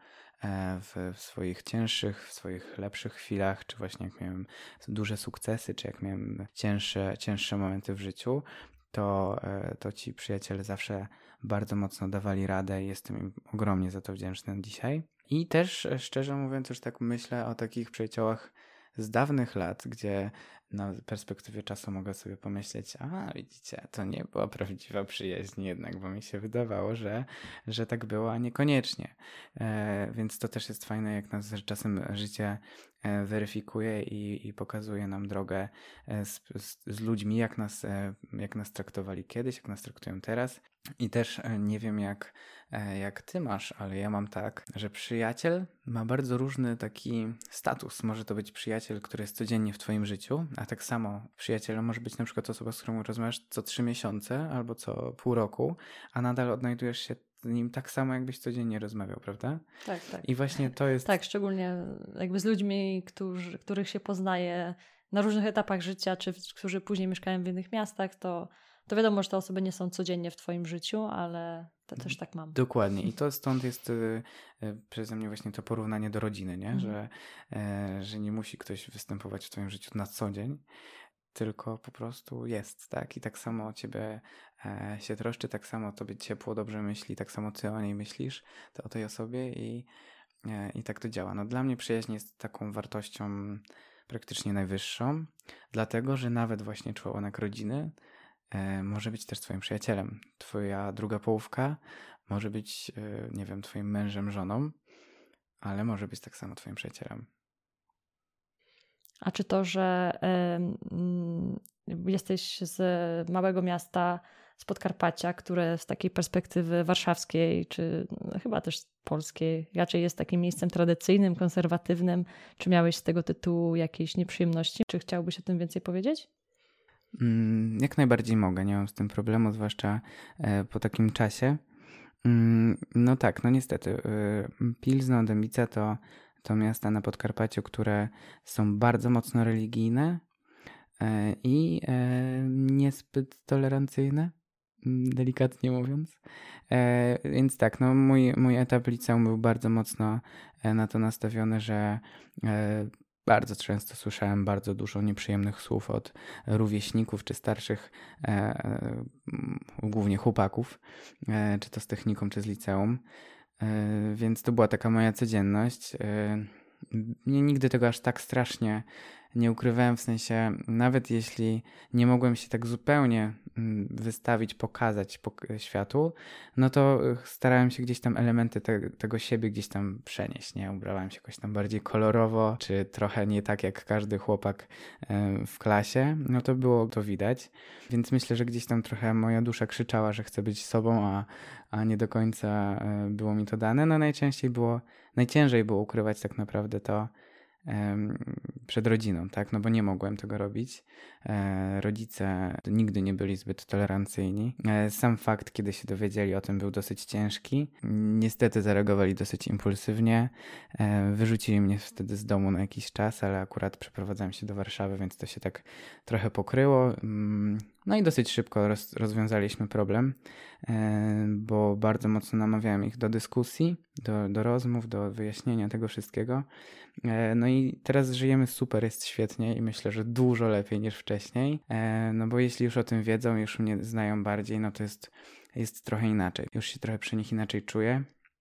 w, w swoich cięższych, w swoich lepszych chwilach, czy właśnie jak miałem duże sukcesy, czy jak miałem cięższe, cięższe momenty w życiu, to, to ci przyjaciele zawsze bardzo mocno dawali radę i jestem im ogromnie za to wdzięczny dzisiaj. I też szczerze mówiąc już tak myślę o takich przyjaciołach z dawnych lat, gdzie na perspektywie czasu mogę sobie pomyśleć, a widzicie, to nie była prawdziwa przyjaźń jednak, bo mi się wydawało, że, że tak było, a niekoniecznie. E, więc to też jest fajne, jak nas czasem życie e, weryfikuje i, i pokazuje nam drogę e, z, z, z ludźmi, jak nas, e, jak nas traktowali kiedyś, jak nas traktują teraz. I też e, nie wiem jak, e, jak ty masz, ale ja mam tak, że przyjaciel ma bardzo różny taki status. Może to być przyjaciel, który jest codziennie w twoim życiu, a tak samo przyjacielem może być na przykład osoba, z którą rozmawiasz co trzy miesiące albo co pół roku, a nadal odnajdujesz się z nim tak samo, jakbyś codziennie rozmawiał, prawda? Tak, tak. I właśnie to jest... Tak, szczególnie jakby z ludźmi, którzy, których się poznaje na różnych etapach życia, czy którzy później mieszkają w innych miastach, to, to wiadomo, że te osoby nie są codziennie w twoim życiu, ale to też tak mam. Dokładnie. I to stąd jest y, y, przeze mnie właśnie to porównanie do rodziny, nie? Mhm. Że, y, że nie musi ktoś występować w twoim życiu na co dzień, tylko po prostu jest, tak? I tak samo o ciebie e, się troszczy, tak samo o tobie ciepło, dobrze myśli, tak samo ty o niej myślisz, to o tej osobie i, e, i tak to działa. No dla mnie przyjaźń jest taką wartością praktycznie najwyższą, dlatego, że nawet właśnie członek rodziny e, może być też twoim przyjacielem. Twoja druga połówka może być, e, nie wiem, twoim mężem, żoną, ale może być tak samo twoim przyjacielem. A czy to, że y, y, jesteś z małego miasta, z Podkarpacia, które z takiej perspektywy warszawskiej, czy no, chyba też polskiej, raczej jest takim miejscem tradycyjnym, konserwatywnym. Czy miałeś z tego tytułu jakieś nieprzyjemności? Czy chciałbyś o tym więcej powiedzieć? Mm, jak najbardziej mogę, nie mam z tym problemu, zwłaszcza e, po takim czasie. Mm, no tak, no niestety. E, Pilzno, Dębica to, to miasta na Podkarpaciu, które są bardzo mocno religijne e, i e, niezbyt tolerancyjne, delikatnie mówiąc. E, więc tak, no mój, mój etap liceum był bardzo mocno e, na to nastawiony, że e, bardzo często słyszałem bardzo dużo nieprzyjemnych słów od rówieśników czy starszych, e, e, głównie chłopaków, e, czy to z techniką, czy z liceum. E, więc to była taka moja codzienność. E, nie, nigdy tego aż tak strasznie nie ukrywałem, w sensie nawet jeśli nie mogłem się tak zupełnie wystawić, pokazać światu, no to starałem się gdzieś tam elementy te, tego siebie gdzieś tam przenieść, nie? Ubrałem się jakoś tam bardziej kolorowo, czy trochę nie tak jak każdy chłopak w klasie, no to było to widać, więc myślę, że gdzieś tam trochę moja dusza krzyczała, że chcę być sobą, a, a nie do końca było mi to dane. No najczęściej było, najciężej było ukrywać tak naprawdę to przed rodziną, tak? No bo nie mogłem tego robić. E, rodzice nigdy nie byli zbyt tolerancyjni. E, sam fakt, kiedy się dowiedzieli o tym, był dosyć ciężki. Niestety zareagowali dosyć impulsywnie. E, wyrzucili mnie wtedy z domu na jakiś czas, ale akurat przeprowadzałem się do Warszawy, więc to się tak trochę pokryło. No i dosyć szybko roz, rozwiązaliśmy problem, e, bo bardzo mocno namawiałem ich do dyskusji, do, do rozmów, do wyjaśnienia tego wszystkiego. E, no i teraz żyjemy super, jest świetnie i myślę, że dużo lepiej niż wcześniej, e, no bo jeśli już o tym wiedzą, już mnie znają bardziej, no to jest, jest trochę inaczej. Już się trochę przy nich inaczej czuję,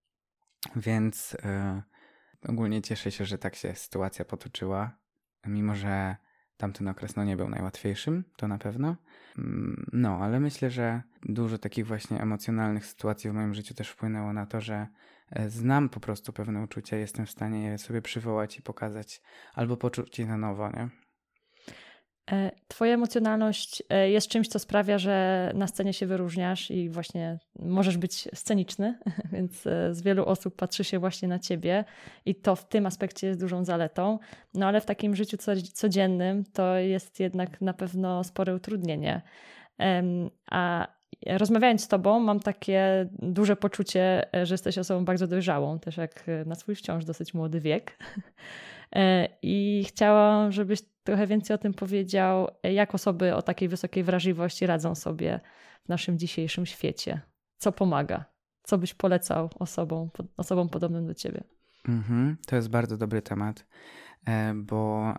więc e, ogólnie cieszę się, że tak się sytuacja potoczyła, mimo że tamten okres no nie był najłatwiejszym, to na pewno. No, ale myślę, że dużo takich właśnie emocjonalnych sytuacji w moim życiu też wpłynęło na to, że znam po prostu pewne uczucia, jestem w stanie je sobie przywołać i pokazać albo poczuć je na nowo, nie? Twoja emocjonalność jest czymś, co sprawia, że na scenie się wyróżniasz i właśnie możesz być sceniczny, więc z wielu osób patrzy się właśnie na ciebie i to w tym aspekcie jest dużą zaletą. No ale w takim życiu codziennym to jest jednak na pewno spore utrudnienie. A rozmawiając z tobą mam takie duże poczucie, że jesteś osobą bardzo dojrzałą, też jak na swój wciąż dosyć młody wiek. I chciałam, żebyś trochę więcej o tym powiedział, jak osoby o takiej wysokiej wrażliwości radzą sobie w naszym dzisiejszym świecie. Co pomaga? Co byś polecał osobom, osobom podobnym do ciebie? Mm-hmm. To jest bardzo dobry temat, bo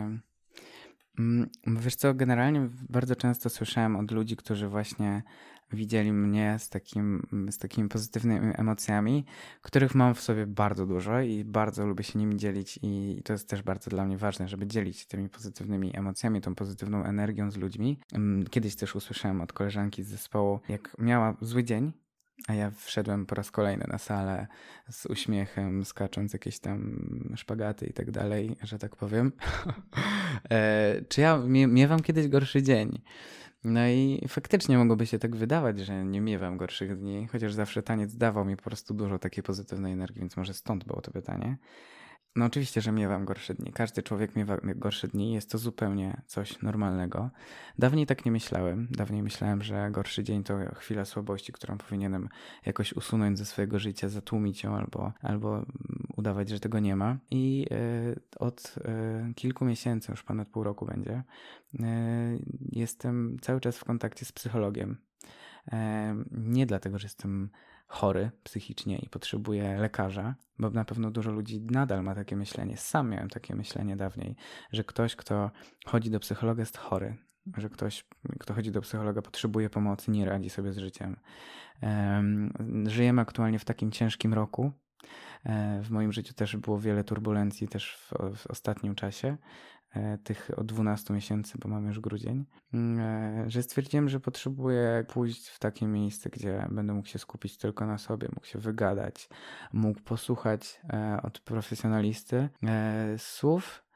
wiesz co, generalnie bardzo często słyszałem od ludzi, którzy właśnie widzieli mnie z, takim, z takimi pozytywnymi emocjami, których mam w sobie bardzo dużo i bardzo lubię się nimi dzielić i to jest też bardzo dla mnie ważne, żeby dzielić się tymi pozytywnymi emocjami, tą pozytywną energią z ludźmi. Kiedyś też usłyszałem od koleżanki z zespołu, jak miała zły dzień, a ja wszedłem po raz kolejny na salę z uśmiechem, skacząc jakieś tam szpagaty i tak dalej, że tak powiem. e, czy ja mie- miewam kiedyś gorszy dzień? No i faktycznie mogłoby się tak wydawać, że nie miewam gorszych dni, chociaż zawsze taniec dawał mi po prostu dużo takiej pozytywnej energii, więc może stąd było to pytanie. No oczywiście, że miewam gorsze dni. Każdy człowiek miewa gorsze dni. Jest to zupełnie coś normalnego. Dawniej tak nie myślałem. Dawniej myślałem, że gorszy dzień to chwila słabości, którą powinienem jakoś usunąć ze swojego życia, zatłumić ją albo, albo udawać, że tego nie ma. I y, od y, kilku miesięcy, już ponad pół roku będzie, y, jestem cały czas w kontakcie z psychologiem. Y, nie dlatego, że jestem chory psychicznie i potrzebuję lekarza, bo na pewno dużo ludzi nadal ma takie myślenie. Sam miałem takie myślenie dawniej, że ktoś, kto chodzi do psychologa, jest chory, że ktoś, kto chodzi do psychologa, potrzebuje pomocy, nie radzi sobie z życiem. Żyjemy aktualnie w takim ciężkim roku. W moim życiu też było wiele turbulencji też w, w ostatnim czasie, tych od dwunastu miesięcy, bo mam już grudzień, że stwierdziłem, że potrzebuję pójść w takie miejsce, gdzie będę mógł się skupić tylko na sobie, mógł się wygadać, mógł posłuchać od profesjonalisty słów,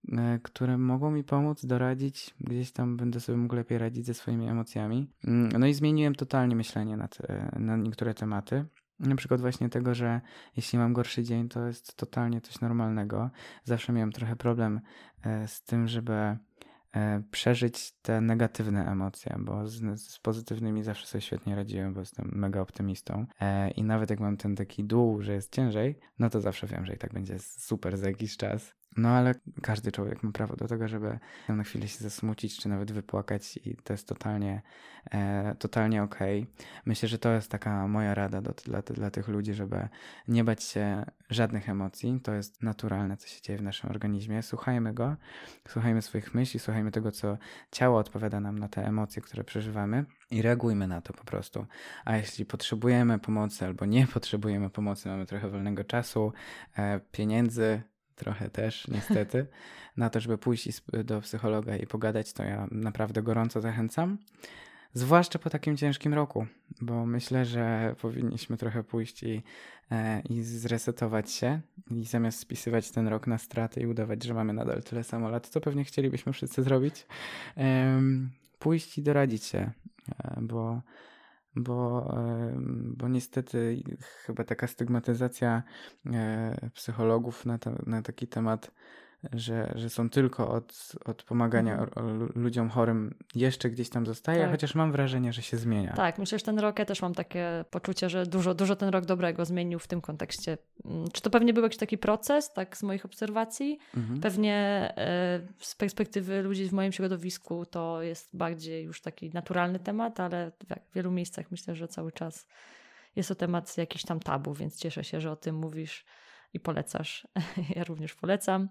które mogą mi pomóc, doradzić. Gdzieś tam będę sobie mógł lepiej radzić ze swoimi emocjami. No i zmieniłem totalnie myślenie na, te, na niektóre tematy. Na przykład właśnie tego, że jeśli mam gorszy dzień, to jest totalnie coś normalnego. Zawsze miałem trochę problem z tym, żeby przeżyć te negatywne emocje, bo z, z pozytywnymi zawsze sobie świetnie radziłem, bo jestem mega optymistą. I nawet jak mam ten taki dół, że jest ciężej, no to zawsze wiem, że i tak będzie super za jakiś czas. No ale każdy człowiek ma prawo do tego, żeby na chwilę się zasmucić, czy nawet wypłakać i to jest totalnie, e, totalnie okej. Myślę, że to jest taka moja rada do, dla, dla tych ludzi, żeby nie bać się żadnych emocji. To jest naturalne, co się dzieje w naszym organizmie. Słuchajmy go, słuchajmy swoich myśli, słuchajmy tego, co ciało odpowiada nam na te emocje, które przeżywamy i reagujmy na to po prostu. A jeśli potrzebujemy pomocy albo nie potrzebujemy pomocy, mamy trochę wolnego czasu, e, pieniędzy, trochę też niestety, na to, żeby pójść do psychologa i pogadać, to ja naprawdę gorąco zachęcam. Zwłaszcza po takim ciężkim roku, bo myślę, że powinniśmy trochę pójść i, e, i zresetować się i zamiast spisywać ten rok na straty i udawać, że mamy nadal tyle samo lat, co pewnie chcielibyśmy wszyscy zrobić, e, pójść i doradzić się, e, bo Bo, bo niestety chyba taka stygmatyzacja psychologów na, ta, na taki temat, że, że są tylko od, od pomagania mhm. o, o ludziom chorym, jeszcze gdzieś tam zostaje, tak. Chociaż mam wrażenie, że się zmienia. Tak, myślę, że ten rok, ja też mam takie poczucie, że dużo, dużo ten rok dobrego zmienił w tym kontekście. Czy to pewnie był jakiś taki proces, tak z moich obserwacji? Mhm. Pewnie e, z perspektywy ludzi w moim środowisku to jest bardziej już taki naturalny temat, ale w wielu miejscach myślę, że cały czas jest to temat jakiś tam tabu, więc cieszę się, że o tym mówisz i polecasz. Ja również polecam.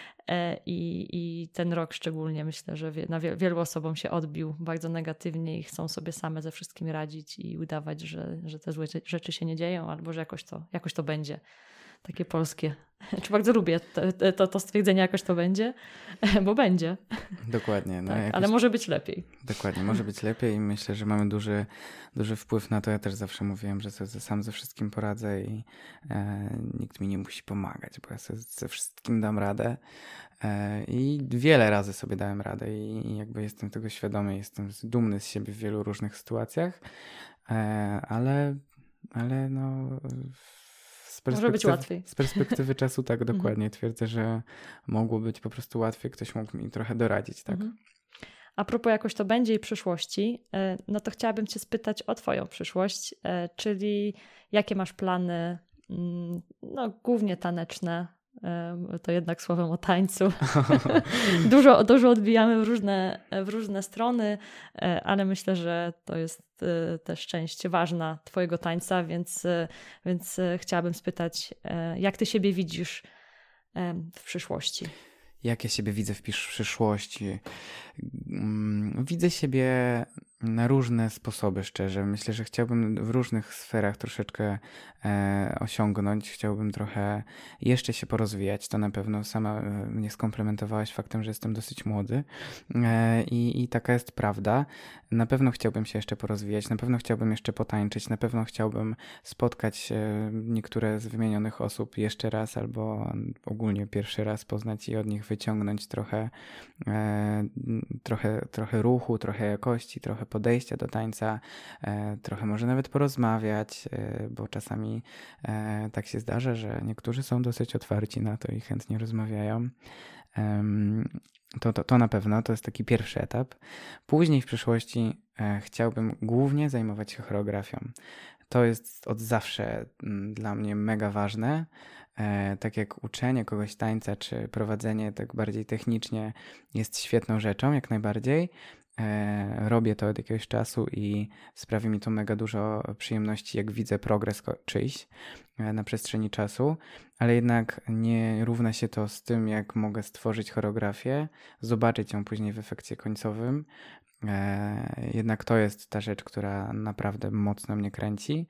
I, i ten rok szczególnie myślę, że wie, na wie, wielu osobom się odbił bardzo negatywnie i chcą sobie same ze wszystkim radzić i udawać, że, że te złe rzeczy się nie dzieją albo że jakoś to, jakoś to będzie. Takie polskie. Czy bardzo lubię to, to, to stwierdzenie, jakoś to będzie, bo będzie. Dokładnie. No tak, jakoś... Ale może być lepiej. Dokładnie, może być lepiej i myślę, że mamy duży, duży wpływ na to. Ja też zawsze mówiłem, że sobie sam ze wszystkim poradzę i e, nikt mi nie musi pomagać, bo ja sobie ze wszystkim dam radę. E, I wiele razy sobie dałem radę i, i jakby jestem tego świadomy, jestem dumny z siebie w wielu różnych sytuacjach, e, ale, ale no... Może być łatwiej. Z perspektywy czasu tak dokładnie twierdzę, że mogło być po prostu łatwiej, ktoś mógł mi trochę doradzić, tak. Mhm. A propos jakoś to będzie i przyszłości, no to chciałabym cię spytać o twoją przyszłość, czyli jakie masz plany, no głównie taneczne, to jednak słowem o tańcu. dużo, dużo odbijamy w różne, w różne strony, ale myślę, że to jest też część ważna twojego tańca, więc, więc chciałabym spytać, jak ty siebie widzisz w przyszłości? Jak ja siebie widzę w przyszłości? Widzę siebie na różne sposoby, szczerze. Myślę, że chciałbym w różnych sferach troszeczkę e, osiągnąć. Chciałbym trochę jeszcze się porozwijać. To na pewno sama e, mnie skomplementowałaś faktem, że jestem dosyć młody e, i, i taka jest prawda. Na pewno chciałbym się jeszcze porozwijać, na pewno chciałbym jeszcze potańczyć, na pewno chciałbym spotkać e, niektóre z wymienionych osób jeszcze raz albo ogólnie pierwszy raz poznać i od nich wyciągnąć trochę, e, trochę, trochę ruchu, trochę jakości, trochę podejścia do tańca, e, trochę może nawet porozmawiać, e, bo czasami e, tak się zdarza, że niektórzy są dosyć otwarci na to i chętnie rozmawiają. E, to, to, to na pewno, to jest taki pierwszy etap. Później w przyszłości e, chciałbym głównie zajmować się choreografią. To jest od zawsze m, dla mnie mega ważne. E, tak jak uczenie kogoś tańca, czy prowadzenie tak bardziej technicznie jest świetną rzeczą, jak najbardziej. E, robię to od jakiegoś czasu i sprawi mi to mega dużo przyjemności, jak widzę progres czyjś e, na przestrzeni czasu, ale jednak nie równa się to z tym, jak mogę stworzyć choreografię, zobaczyć ją później w efekcie końcowym. E, jednak to jest ta rzecz, która naprawdę mocno mnie kręci.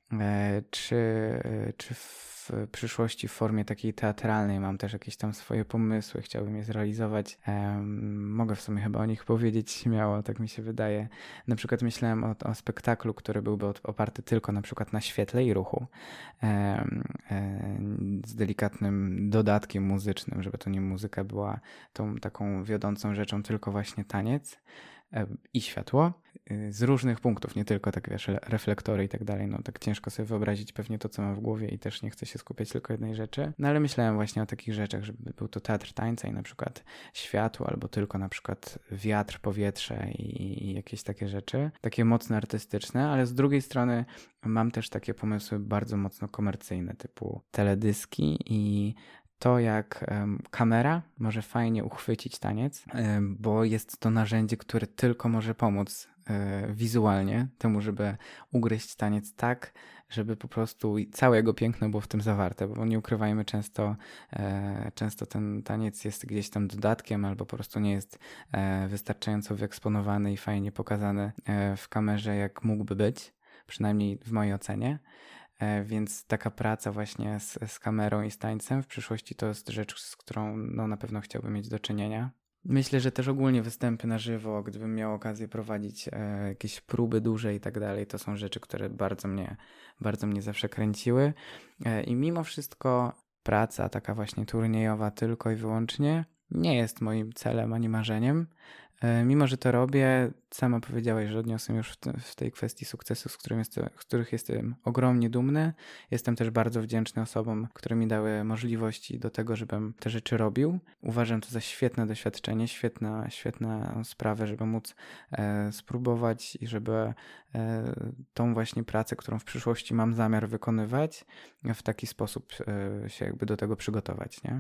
Czy, czy w przyszłości w formie takiej teatralnej mam też jakieś tam swoje pomysły, chciałbym je zrealizować. Um, mogę w sumie chyba o nich powiedzieć śmiało, tak mi się wydaje. Na przykład myślałem o, o spektaklu, który byłby oparty tylko na przykład na świetle i ruchu, um, um, z delikatnym dodatkiem muzycznym, żeby to nie muzyka była tą taką wiodącą rzeczą, tylko właśnie taniec i światło z różnych punktów, nie tylko tak wiesz, reflektory i tak dalej, no tak ciężko sobie wyobrazić pewnie to, co mam w głowie i też nie chcę się skupiać tylko jednej rzeczy, no ale myślałem właśnie o takich rzeczach, żeby był to teatr tańca i na przykład światło, albo tylko na przykład wiatr, powietrze i, i jakieś takie rzeczy, takie mocno artystyczne, ale z drugiej strony mam też takie pomysły bardzo mocno komercyjne, typu teledyski i to, jak um, kamera może fajnie uchwycić taniec, um, bo jest to narzędzie, które tylko może pomóc um, wizualnie temu, żeby ugryźć taniec tak, żeby po prostu całe jego piękno było w tym zawarte, bo nie ukrywajmy, często, e, często ten taniec jest gdzieś tam dodatkiem albo po prostu nie jest e, wystarczająco wyeksponowany i fajnie pokazany e, w kamerze, jak mógłby być, przynajmniej w mojej ocenie. Więc taka praca właśnie z, z kamerą i z tańcem w przyszłości to jest rzecz, z którą no, na pewno chciałbym mieć do czynienia. Myślę, że też ogólnie występy na żywo, gdybym miał okazję prowadzić e, jakieś próby duże i tak dalej, to są rzeczy, które bardzo mnie, bardzo mnie zawsze kręciły. E, I mimo wszystko praca taka właśnie turniejowa tylko i wyłącznie nie jest moim celem ani marzeniem. Mimo że to robię, sama powiedziałaś, że odniosłem już w, te, w tej kwestii sukcesu, z, którym jestem, z których jestem ogromnie dumny. Jestem też bardzo wdzięczny osobom, które mi dały możliwości do tego, żebym te rzeczy robił. Uważam to za świetne doświadczenie, świetna, świetna sprawę, żeby móc e, spróbować i żeby e, tą właśnie pracę, którą w przyszłości mam zamiar wykonywać, w taki sposób e, się jakby do tego przygotować, nie?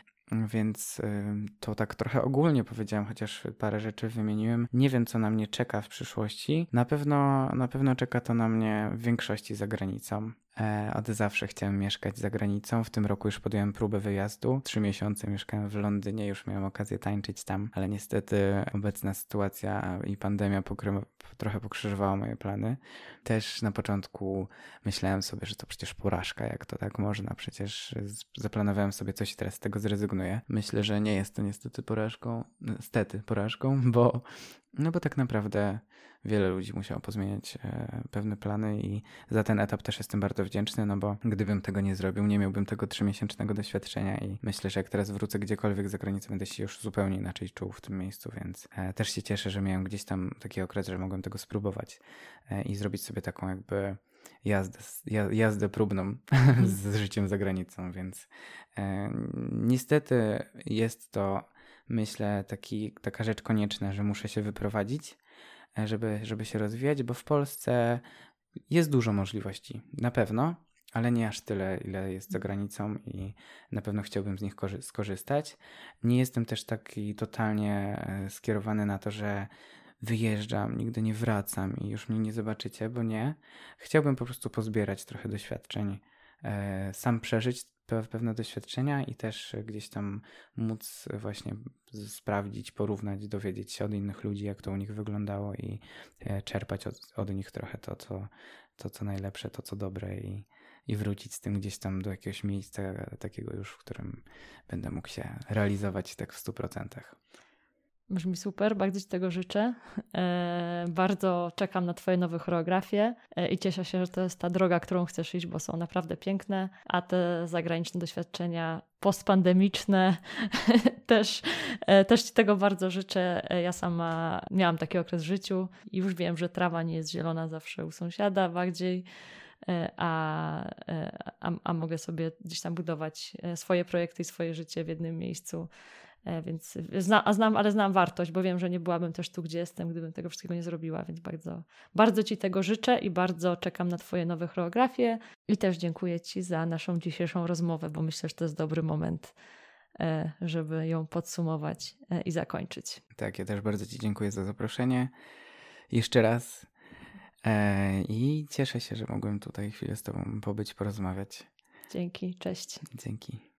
Więc to tak trochę ogólnie powiedziałem, chociaż parę rzeczy wymieniłem. Nie wiem, co na mnie czeka w przyszłości. Na pewno, na pewno czeka to na mnie w większości za granicą. E, od zawsze chciałem mieszkać za granicą. W tym roku już podjąłem próbę wyjazdu. Trzy miesiące mieszkałem w Londynie, już miałem okazję tańczyć tam, ale niestety obecna sytuacja i pandemia pokry- trochę pokrzyżowała moje plany. Też na początku myślałem sobie, że to przecież porażka, jak to tak można. Przecież zaplanowałem sobie coś i teraz z tego zrezygnuję. Myślę, że nie jest to niestety porażką, niestety porażką, bo no bo tak naprawdę wiele ludzi musiało pozmieniać e, pewne plany i za ten etap też jestem bardzo wdzięczny, no bo gdybym tego nie zrobił, nie miałbym tego trzymiesięcznego doświadczenia i myślę, że jak teraz wrócę gdziekolwiek za granicę, będę się już zupełnie inaczej czuł w tym miejscu, więc e, też się cieszę, że miałem gdzieś tam taki okres, że mogłem tego spróbować e, i zrobić sobie taką jakby jazdę, jazdę próbną z życiem za granicą, więc e, niestety jest to, myślę, taki, taka rzecz konieczna, że muszę się wyprowadzić, żeby, żeby się rozwijać, bo w Polsce jest dużo możliwości, na pewno, ale nie aż tyle, ile jest za granicą i na pewno chciałbym z nich korzy- skorzystać. Nie jestem też taki totalnie skierowany na to, że wyjeżdżam, nigdy nie wracam i już mnie nie zobaczycie, bo nie. Chciałbym po prostu pozbierać trochę doświadczeń, e, sam przeżyć pewne doświadczenia i też gdzieś tam móc właśnie sprawdzić, porównać, dowiedzieć się od innych ludzi, jak to u nich wyglądało i czerpać od, od nich trochę to co, to, co najlepsze, to, co dobre i, i wrócić z tym gdzieś tam do jakiegoś miejsca takiego już, w którym będę mógł się realizować tak w stu procentach. Brzmi super, bardzo Ci tego życzę. E, bardzo czekam na Twoje nowe choreografie e, i cieszę się, że to jest ta droga, którą chcesz iść, bo są naprawdę piękne, a te zagraniczne doświadczenia postpandemiczne też, e, też Ci tego bardzo życzę. E, ja sama miałam taki okres w życiu i już wiem, że trawa nie jest zielona zawsze u sąsiada bardziej, e, a, e, a, a mogę sobie gdzieś tam budować swoje projekty i swoje życie w jednym miejscu. Więc zna, a znam, ale znam wartość, bo wiem, że nie byłabym też tu, gdzie jestem, gdybym tego wszystkiego nie zrobiła, więc bardzo, bardzo Ci tego życzę i bardzo czekam na Twoje nowe choreografie i też dziękuję Ci za naszą dzisiejszą rozmowę, bo myślę, że to jest dobry moment, żeby ją podsumować i zakończyć. Tak, ja też bardzo Ci dziękuję za zaproszenie jeszcze raz i cieszę się, że mogłem tutaj chwilę z Tobą pobyć, porozmawiać. Dzięki, cześć. Dzięki.